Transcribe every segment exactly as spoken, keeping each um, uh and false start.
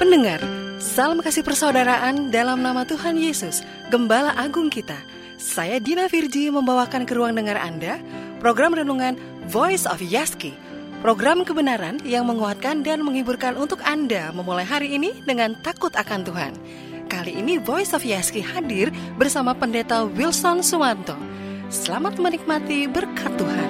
Pendengar, salam kasih persaudaraan dalam nama Tuhan Yesus, Gembala Agung kita. Saya Dina Virji membawakan ke ruang dengar Anda program renungan Voice of Yaski, program kebenaran yang menguatkan dan menghiburkan untuk Anda memulai hari ini dengan takut akan Tuhan. Kali ini Voice of Yaski hadir bersama Pendeta Wilson Suwanto. Selamat menikmati berkat Tuhan.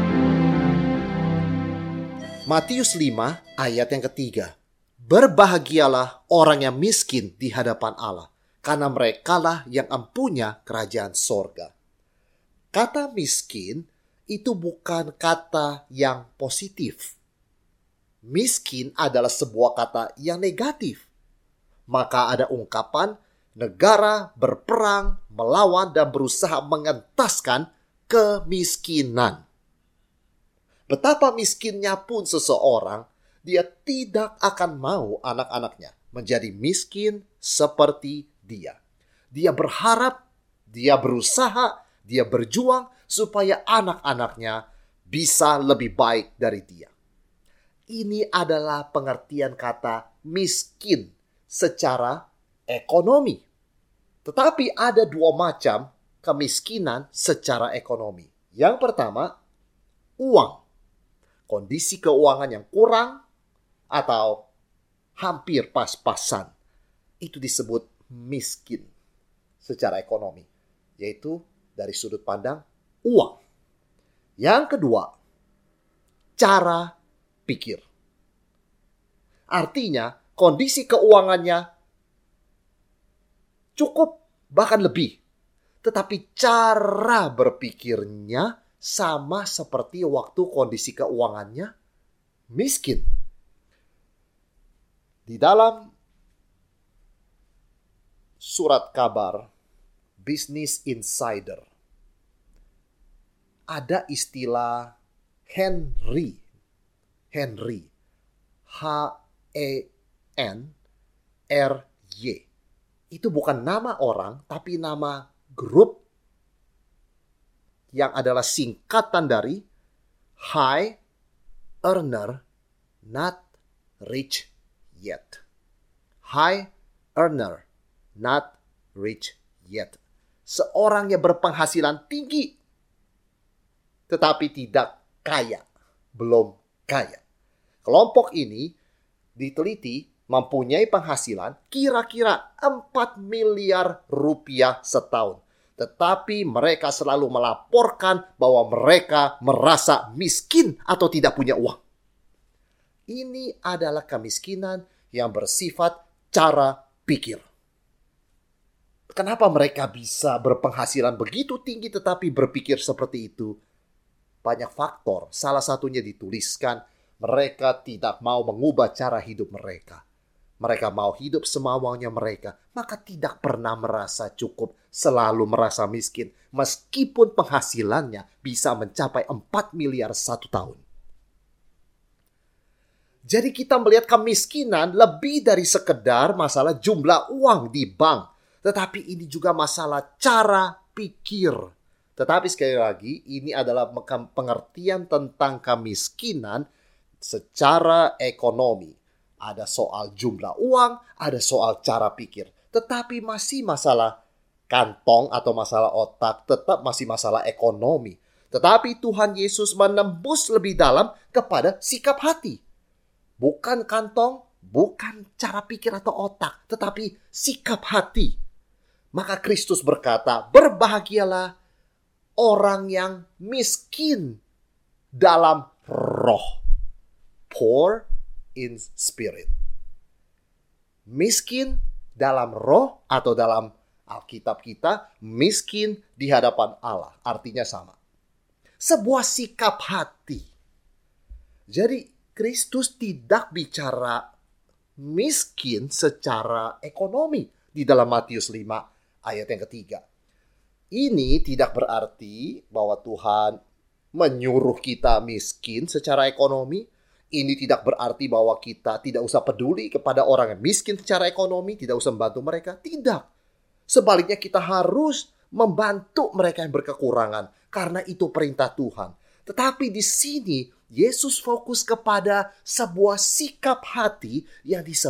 Matius lima ayat yang ketiga. Berbahagialah orang yang miskin di hadapan Allah, karena merekalah yang empunya kerajaan sorga. Kata miskin itu bukan kata yang positif. Miskin adalah sebuah kata yang negatif. Maka ada ungkapan negara berperang, melawan dan berusaha mengentaskan kemiskinan. Betapa miskinnya pun seseorang, dia tidak akan mau anak-anaknya menjadi miskin seperti dia. Dia berharap, dia berusaha, dia berjuang supaya anak-anaknya bisa lebih baik dari dia. Ini adalah pengertian kata miskin secara ekonomi. Tetapi ada dua macam kemiskinan secara ekonomi. Yang pertama, uang. Kondisi keuangan yang kurang atau hampir pas-pasan, itu disebut miskin secara ekonomi, yaitu dari sudut pandang uang. Yang kedua, cara pikir. Artinya, kondisi keuangannya cukup, bahkan lebih. Tetapi cara berpikirnya sama seperti waktu kondisi keuangannya miskin. Di dalam surat kabar Business Insider ada istilah Henry. Henry. H E N R Y. Itu bukan nama orang, tapi nama grup yang adalah singkatan dari High Earner Not Rich Yet. High Earner Not Rich Yet. Seorang yang berpenghasilan tinggi, tetapi tidak kaya. Belum kaya. Kelompok ini diteliti mempunyai penghasilan kira-kira empat miliar rupiah setahun. Tetapi mereka selalu melaporkan bahwa mereka merasa miskin atau tidak punya uang. Ini adalah kemiskinan yang bersifat cara pikir. Kenapa mereka bisa berpenghasilan begitu tinggi tetapi berpikir seperti itu? Banyak faktor. Salah satunya dituliskan, mereka tidak mau mengubah cara hidup mereka. Mereka mau hidup semaunya mereka, maka tidak pernah merasa cukup, selalu merasa miskin, meskipun penghasilannya bisa mencapai empat miliar satu tahun. Jadi kita melihat kemiskinan lebih dari sekedar masalah jumlah uang di bank, tetapi ini juga masalah cara pikir. Tetapi sekali lagi, ini adalah pengertian tentang kemiskinan secara ekonomi. Ada soal jumlah uang, ada soal cara pikir. Tetapi masih masalah kantong atau masalah otak, tetap masih masalah ekonomi. Tetapi Tuhan Yesus menembus lebih dalam kepada sikap hati. Bukan kantong, bukan cara pikir atau otak, tetapi sikap hati. Maka Kristus berkata, berbahagialah orang yang miskin dalam roh. Poor in spirit. Miskin dalam roh atau dalam Alkitab kita, miskin di hadapan Allah. Artinya sama. Sebuah sikap hati. Jadi Kristus tidak bicara miskin secara ekonomi di dalam Matius lima ayat yang ketiga. Ini tidak berarti bahwa Tuhan menyuruh kita miskin secara ekonomi. Ini tidak berarti bahwa kita tidak usah peduli kepada orang yang miskin secara ekonomi, tidak usah membantu mereka. Tidak. Sebaliknya kita harus membantu mereka yang berkekurangan, karena itu perintah Tuhan. Tetapi di sini Yesus fokus kepada sebuah sikap hati yang disebut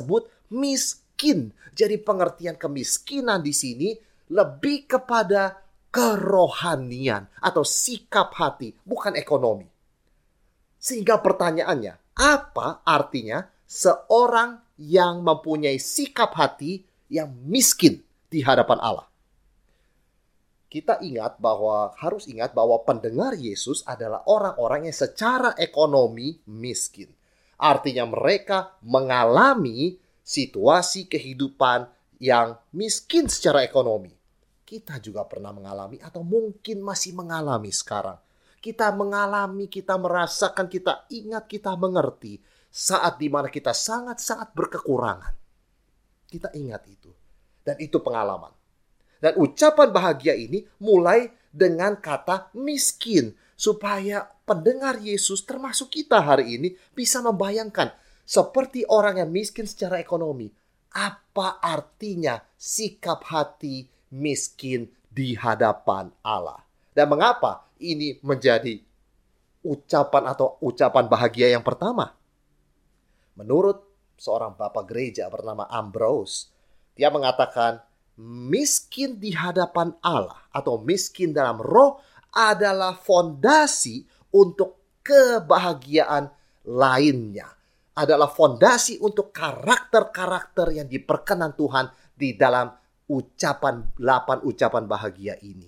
miskin. Jadi pengertian kemiskinan di sini lebih kepada kerohanian atau sikap hati, bukan ekonomi. Sehingga pertanyaannya, apa artinya seorang yang mempunyai sikap hati yang miskin di hadapan Allah? Kita ingat bahwa, harus ingat bahwa pendengar Yesus adalah orang-orang yang secara ekonomi miskin. Artinya mereka mengalami situasi kehidupan yang miskin secara ekonomi. Kita juga pernah mengalami atau mungkin masih mengalami sekarang. Kita mengalami, kita merasakan, kita ingat, kita mengerti saat dimana kita sangat-sangat berkekurangan. Kita ingat itu. Dan itu pengalaman. Dan ucapan bahagia ini mulai dengan kata miskin. Supaya pendengar Yesus termasuk kita hari ini bisa membayangkan seperti orang yang miskin secara ekonomi. Apa artinya sikap hati miskin di hadapan Allah? Dan mengapa ini menjadi ucapan atau ucapan bahagia yang pertama? Menurut seorang bapak gereja bernama Ambrose, dia mengatakan miskin di hadapan Allah atau miskin dalam roh adalah fondasi untuk kebahagiaan lainnya. Adalah fondasi untuk karakter-karakter yang diperkenan Tuhan di dalam ucapan delapan ucapan bahagia ini.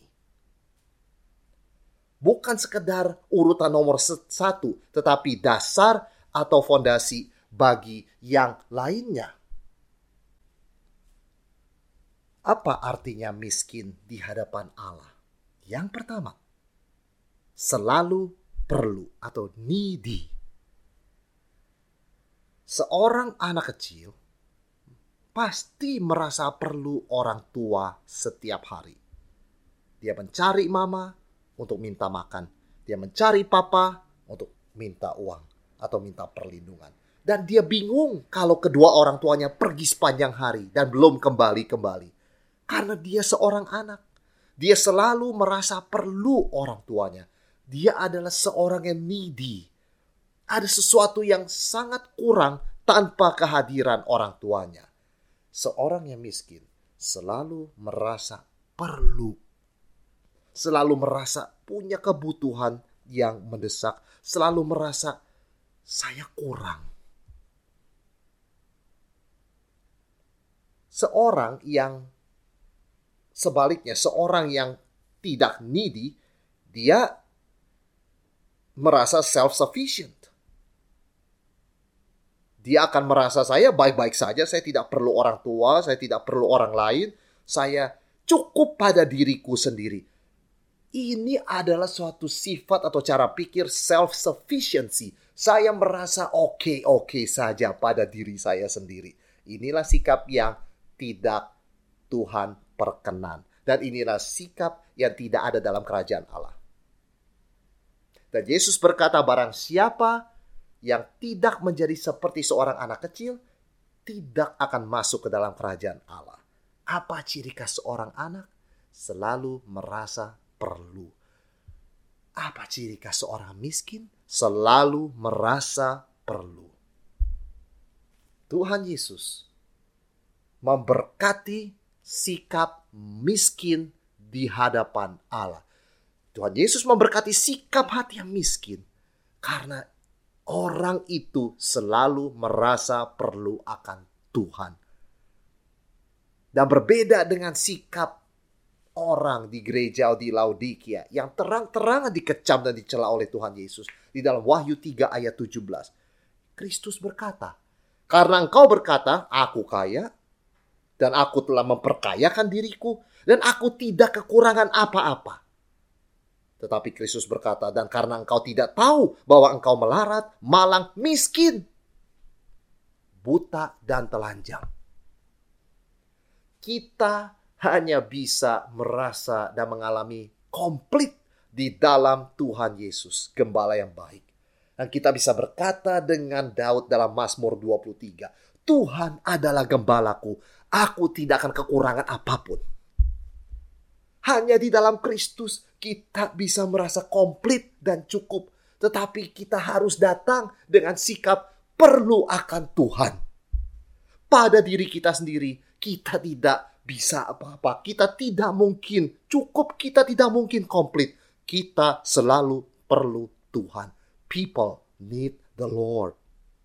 Bukan sekedar urutan nomor satu, tetapi dasar atau fondasi bagi yang lainnya. Apa artinya miskin di hadapan Allah? Yang pertama, selalu perlu atau needy. Seorang anak kecil pasti merasa perlu orang tua setiap hari. Dia mencari mama untuk minta makan. Dia mencari papa untuk minta uang atau minta perlindungan. Dan dia bingung kalau kedua orang tuanya pergi sepanjang hari dan belum kembali-kembali. Karena dia seorang anak. Dia selalu merasa perlu orang tuanya. Dia adalah seorang yang needy. Ada sesuatu yang sangat kurang tanpa kehadiran orang tuanya. Seorang yang miskin selalu merasa perlu. Selalu merasa punya kebutuhan yang mendesak. Selalu merasa saya kurang. Seorang yang sebaliknya, seorang yang tidak needy, dia merasa self-sufficient. Dia akan merasa saya baik-baik saja, saya tidak perlu orang tua, saya tidak perlu orang lain, saya cukup pada diriku sendiri. Ini adalah suatu sifat atau cara pikir self-sufficiency. Saya merasa oke-oke saja pada diri saya sendiri. Inilah sikap yang tidak Tuhan perkenan. Dan inilah sikap yang tidak ada dalam kerajaan Allah. Dan Yesus berkata, barang siapa yang tidak menjadi seperti seorang anak kecil, tidak akan masuk ke dalam kerajaan Allah. Apa ciri khas seorang anak? Selalu merasa perlu. Apa ciri khas seorang miskin? Selalu merasa perlu. Tuhan Yesus memberkati sikap miskin di hadapan Allah. Tuhan Yesus memberkati sikap hati yang miskin karena orang itu selalu merasa perlu akan Tuhan. Dan berbeda dengan sikap orang di gereja di Laodikia yang terang-terangan dikecam dan dicela oleh Tuhan Yesus. Di dalam Wahyu tiga ayat tujuh belas. Kristus berkata, karena engkau berkata, aku kaya, dan aku telah memperkayakan diriku, dan aku tidak kekurangan apa-apa. Tetapi Kristus berkata, dan karena engkau tidak tahu bahwa engkau melarat, malang, miskin, buta, dan telanjang. Kita hanya bisa merasa dan mengalami komplit di dalam Tuhan Yesus, gembala yang baik. Dan kita bisa berkata dengan Daud dalam Mazmur dua puluh tiga, Tuhan adalah gembalaku, aku tidak akan kekurangan apapun. Hanya di dalam Kristus kita bisa merasa komplit dan cukup. Tetapi kita harus datang dengan sikap perlu akan Tuhan. pada diri kita sendiri, kita tidak bisa apa-apa. Kita tidak mungkin cukup, kita tidak mungkin komplit. Kita selalu perlu Tuhan. People need the Lord.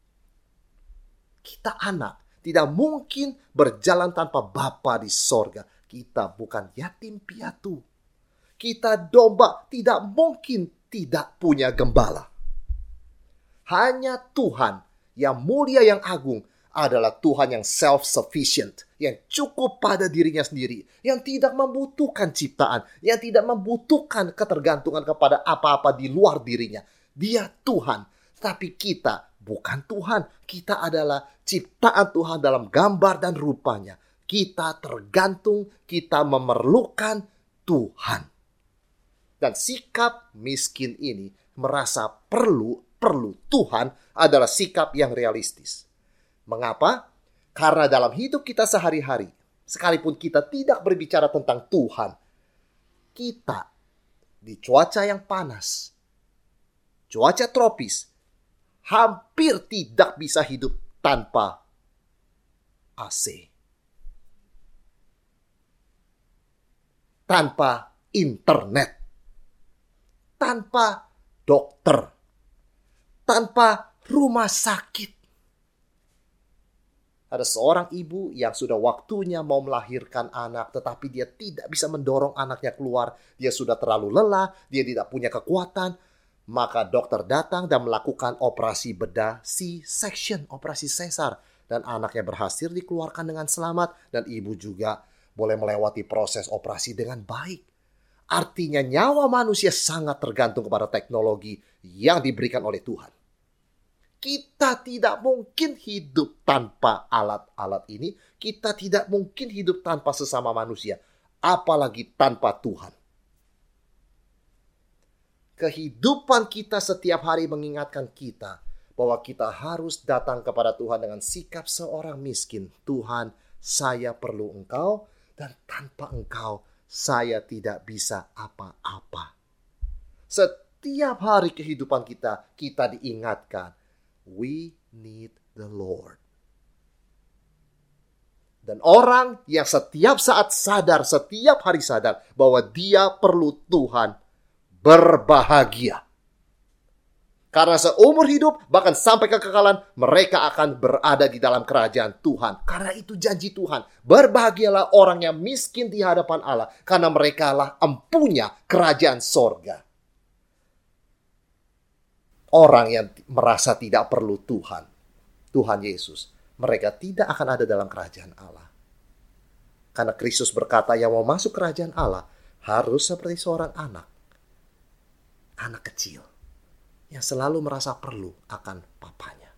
Kita anak, tidak mungkin berjalan tanpa Bapa di sorga. Kita bukan yatim piatu. Kita domba, tidak mungkin tidak punya gembala. Hanya Tuhan yang mulia, yang agung adalah Tuhan yang self-sufficient, yang cukup pada dirinya sendiri, yang tidak membutuhkan ciptaan, yang tidak membutuhkan ketergantungan kepada apa-apa di luar dirinya. Dia Tuhan, tapi kita bukan Tuhan. Kita adalah ciptaan Tuhan dalam gambar dan rupanya. Kita tergantung, kita memerlukan Tuhan. Dan sikap miskin ini merasa perlu, perlu Tuhan adalah sikap yang realistis. Mengapa? Karena dalam hidup kita sehari-hari, sekalipun kita tidak berbicara tentang Tuhan, kita di cuaca yang panas, cuaca tropis, hampir tidak bisa hidup tanpa A C. Tanpa internet. Tanpa dokter. Tanpa rumah sakit. Ada seorang ibu yang sudah waktunya mau melahirkan anak, tetapi dia tidak bisa mendorong anaknya keluar. Dia sudah terlalu lelah, dia tidak punya kekuatan. Maka dokter datang dan melakukan operasi bedah C-section, operasi sesar. Dan anaknya berhasil dikeluarkan dengan selamat. Dan ibu juga boleh melewati proses operasi dengan baik. Artinya nyawa manusia sangat tergantung kepada teknologi yang diberikan oleh Tuhan. Kita tidak mungkin hidup tanpa alat-alat ini. Kita tidak mungkin hidup tanpa sesama manusia. Apalagi tanpa Tuhan. Kehidupan kita setiap hari mengingatkan kita bahwa kita harus datang kepada Tuhan dengan sikap seorang miskin. Tuhan, saya perlu Engkau, dan tanpa Engkau saya tidak bisa apa-apa. Setiap hari kehidupan kita, kita diingatkan, we need the Lord. Dan orang yang setiap saat sadar, setiap hari sadar bahwa dia perlu Tuhan, berbahagia. Karena seumur hidup, bahkan sampai kekekalan, mereka akan berada di dalam kerajaan Tuhan. Karena itu janji Tuhan. Berbahagialah orang yang miskin di hadapan Allah, karena mereka lah empunya kerajaan sorga. Orang yang merasa tidak perlu Tuhan, Tuhan Yesus, mereka tidak akan ada dalam kerajaan Allah. Karena Kristus berkata yang mau masuk kerajaan Allah harus seperti seorang anak. Anak kecil yang selalu merasa perlu akan papanya.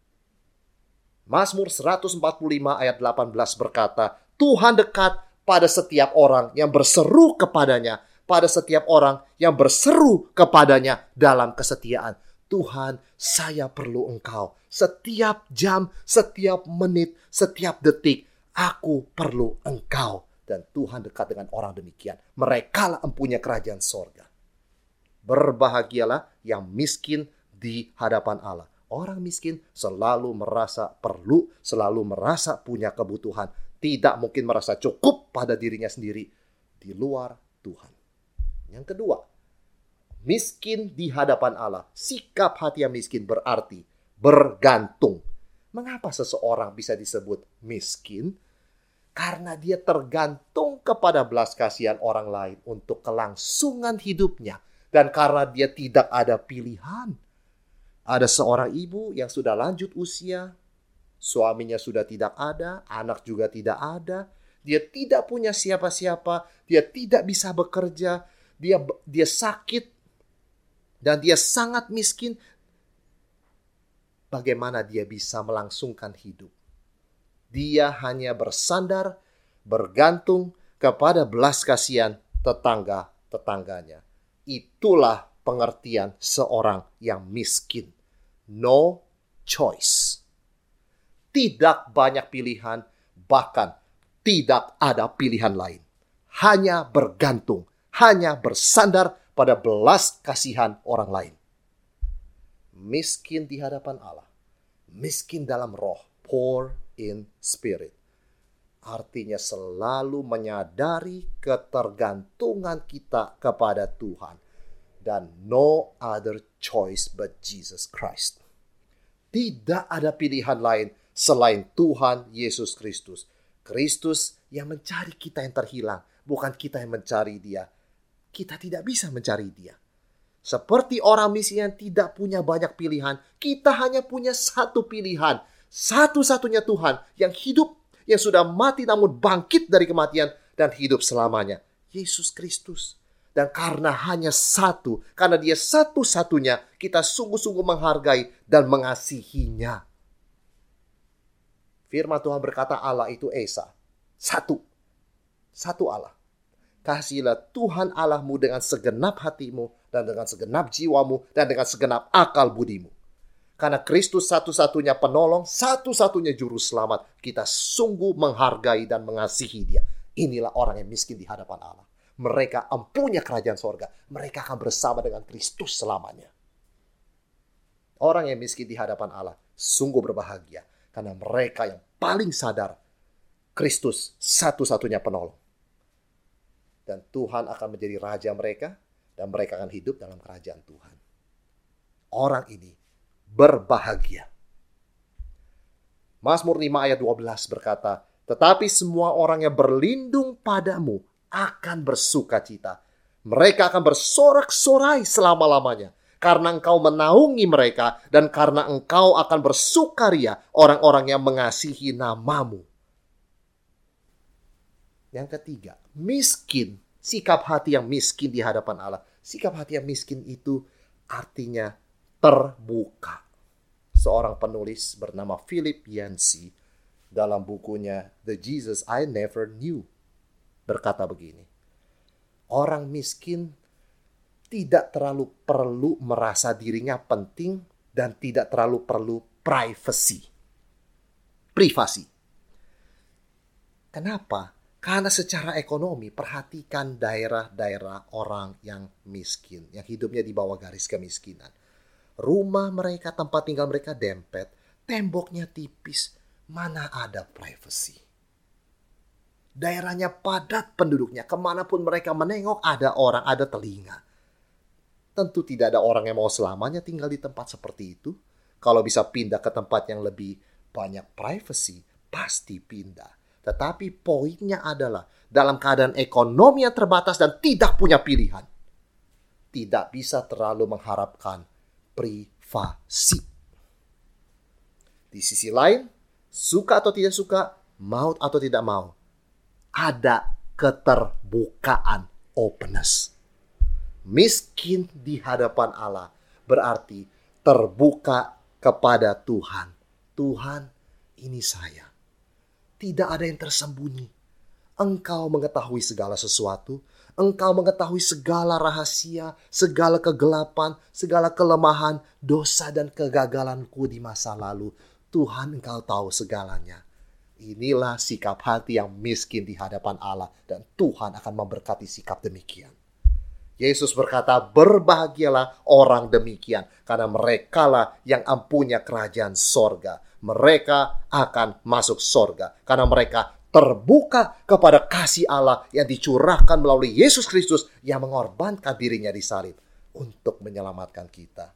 Mazmur seratus empat puluh lima ayat delapan belas berkata, Tuhan dekat pada setiap orang yang berseru kepadanya, pada setiap orang yang berseru kepadanya dalam kesetiaan. Tuhan, saya perlu Engkau. Setiap jam, setiap menit, setiap detik, aku perlu Engkau. Dan Tuhan dekat dengan orang demikian. Mereka lah empunya kerajaan sorga. Berbahagialah yang miskin di hadapan Allah. Orang miskin selalu merasa perlu, selalu merasa punya kebutuhan. Tidak mungkin merasa cukup pada dirinya sendiri di luar Tuhan. Yang kedua, miskin di hadapan Allah. Sikap hati yang miskin berarti bergantung. Mengapa seseorang bisa disebut miskin? Karena dia tergantung kepada belas kasihan orang lain untuk kelangsungan hidupnya. Dan karena dia tidak ada pilihan. Ada seorang ibu yang sudah lanjut usia. Suaminya sudah tidak ada. Anak juga tidak ada. Dia tidak punya siapa-siapa. Dia tidak bisa bekerja. Dia, dia sakit. Dan dia sangat miskin. Bagaimana dia bisa melangsungkan hidup? Dia hanya bersandar, bergantung kepada belas kasihan tetangga-tetangganya. Itulah pengertian seorang yang miskin. No choice. Tidak banyak pilihan, bahkan tidak ada pilihan lain. Hanya bergantung, hanya bersandar pada belas kasihan orang lain. Miskin di hadapan Allah. Miskin dalam roh. Poor in spirit. Artinya selalu menyadari ketergantungan kita kepada Tuhan. Dan no other choice but Jesus Christ. Tidak ada pilihan lain selain Tuhan Yesus Kristus. Kristus yang mencari kita yang terhilang. Bukan kita yang mencari dia. Kita tidak bisa mencari dia. Seperti orang miskin yang tidak punya banyak pilihan. Kita hanya punya satu pilihan. Satu-satunya Tuhan yang hidup, yang sudah mati namun bangkit dari kematian dan hidup selamanya. Yesus Kristus. Dan karena hanya satu, karena dia satu-satunya, kita sungguh-sungguh menghargai dan mengasihinya. Firman Tuhan berkata Allah itu Esa. Satu. Satu Allah. Kasihilah Tuhan Allahmu dengan segenap hatimu, dan dengan segenap jiwamu, dan dengan segenap akal budimu. Karena Kristus satu-satunya penolong, satu-satunya juru selamat. Kita sungguh menghargai dan mengasihi dia. Inilah orang yang miskin di hadapan Allah. Mereka empunya kerajaan sorga. Mereka akan bersama dengan Kristus selamanya. Orang yang miskin di hadapan Allah sungguh berbahagia. Karena mereka yang paling sadar Kristus satu-satunya penolong. Dan Tuhan akan menjadi raja mereka. Dan mereka akan hidup dalam kerajaan Tuhan. Orang ini berbahagia. Mazmur lima ayat dua belas berkata, tetapi semua orang yang berlindung padamu akan bersuka cita. Mereka akan bersorak-sorai selama-lamanya. Karena engkau menaungi mereka. Dan karena engkau akan bersukaria orang-orang yang mengasihi namamu. Yang ketiga, miskin. Sikap hati yang miskin di hadapan Allah. Sikap hati yang miskin itu artinya terbuka. Seorang penulis bernama Philip Yancey dalam bukunya The Jesus I Never Knew berkata begini, orang miskin tidak terlalu perlu merasa dirinya penting dan tidak terlalu perlu privacy. Privasi. Kenapa? Karena secara ekonomi, perhatikan daerah-daerah orang yang miskin, yang hidupnya di bawah garis kemiskinan. Rumah mereka, tempat tinggal mereka dempet, temboknya tipis, mana ada privacy. Daerahnya padat penduduknya, kemanapun mereka menengok ada orang, ada telinga. Tentu tidak ada orang yang mau selamanya tinggal di tempat seperti itu. Kalau bisa pindah ke tempat yang lebih banyak privacy, pasti pindah. Tetapi poinnya adalah dalam keadaan ekonomi yang terbatas dan tidak punya pilihan. Tidak bisa terlalu mengharapkan privasi. Di sisi lain, suka atau tidak suka, mau atau tidak mau, ada keterbukaan, openness. Miskin di hadapan Allah berarti terbuka kepada Tuhan. Tuhan, ini saya. Tidak ada yang tersembunyi. Engkau mengetahui segala sesuatu. Engkau mengetahui segala rahasia, segala kegelapan, segala kelemahan, dosa dan kegagalanku di masa lalu. Tuhan, Engkau tahu segalanya. Inilah sikap hati yang miskin di hadapan Allah. Dan Tuhan akan memberkati sikap demikian. Yesus berkata, berbahagialah orang demikian. Karena merekalah yang empunya kerajaan sorga. Mereka akan masuk sorga. Karena mereka terbuka kepada kasih Allah yang dicurahkan melalui Yesus Kristus yang mengorbankan dirinya di salib untuk menyelamatkan kita.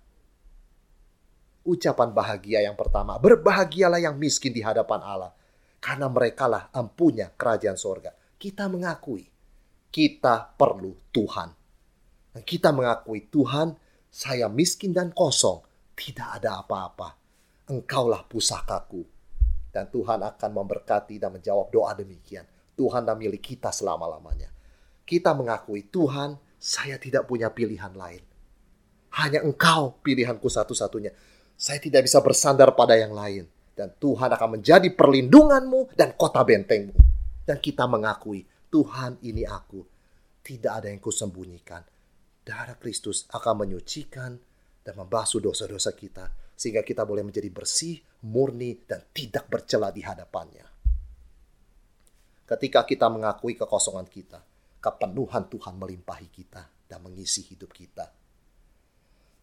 Ucapan bahagia yang pertama, berbahagialah yang miskin di hadapan Allah. Karena merekalah empunya kerajaan sorga. Kita mengakui, kita perlu Tuhan. Dan kita mengakui, Tuhan, saya miskin dan kosong. Tidak ada apa-apa. Engkaulah pusakaku. Dan Tuhan akan memberkati dan menjawab doa demikian. Tuhan adalah milik kita selama-lamanya. Kita mengakui, Tuhan, saya tidak punya pilihan lain. Hanya Engkau pilihanku satu-satunya. Saya tidak bisa bersandar pada yang lain. Dan Tuhan akan menjadi perlindunganmu dan kota bentengmu. Dan kita mengakui, Tuhan, ini aku. Tidak ada yang kusembunyikan. Darah Kristus akan menyucikan dan membasuh dosa-dosa kita. Sehingga kita boleh menjadi bersih, murni, dan tidak bercela di hadapannya. Ketika kita mengakui kekosongan kita, kepenuhan Tuhan melimpahi kita dan mengisi hidup kita.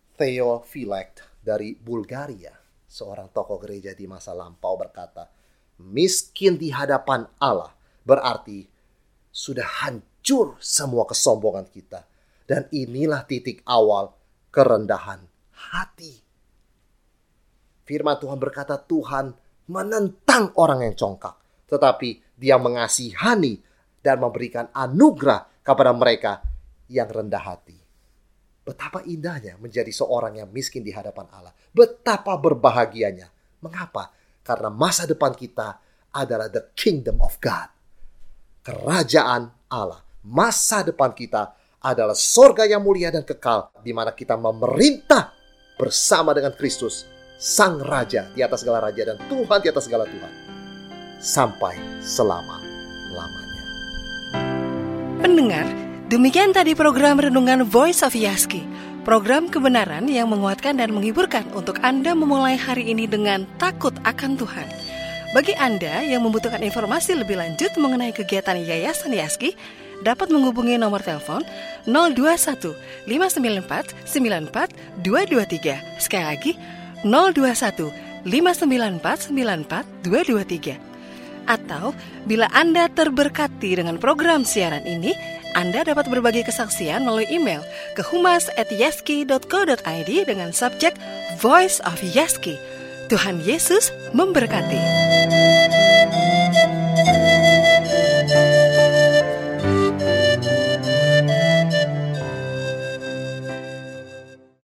Theophylakt dari Bulgaria, seorang tokoh gereja di masa lampau berkata, miskin di hadapan Allah berarti sudah hancur semua kesombongan kita. Dan inilah titik awal kerendahan hati. Firman Tuhan berkata, Tuhan menentang orang yang congkak, tetapi Dia mengasihani dan memberikan anugerah kepada mereka yang rendah hati. Betapa indahnya menjadi seorang yang miskin di hadapan Allah. Betapa berbahagianya. Mengapa? Karena masa depan kita adalah the kingdom of God. Kerajaan Allah. Masa depan kita adalah sorga yang mulia dan kekal, di mana kita memerintah bersama dengan Kristus, Sang Raja di atas segala raja dan Tuhan di atas segala Tuhan, sampai selama-lamanya. Pendengar, demikian tadi program Renungan Voice of Yaski. Program kebenaran yang menguatkan dan menghiburkan untuk Anda memulai hari ini dengan takut akan Tuhan. Bagi Anda yang membutuhkan informasi lebih lanjut mengenai kegiatan Yayasan Yaski, dapat menghubungi nomor telepon nol dua satu lima sembilan empat sembilan empat dua dua tiga. Sekali lagi, nol dua satu lima sembilan empat sembilan empat dua dua tiga. Atau bila Anda terberkati dengan program siaran ini, Anda dapat berbagi kesaksian melalui email ke humas at yaski dot co dot id dengan subjek Voice of Yaski. Tuhan Yesus memberkati.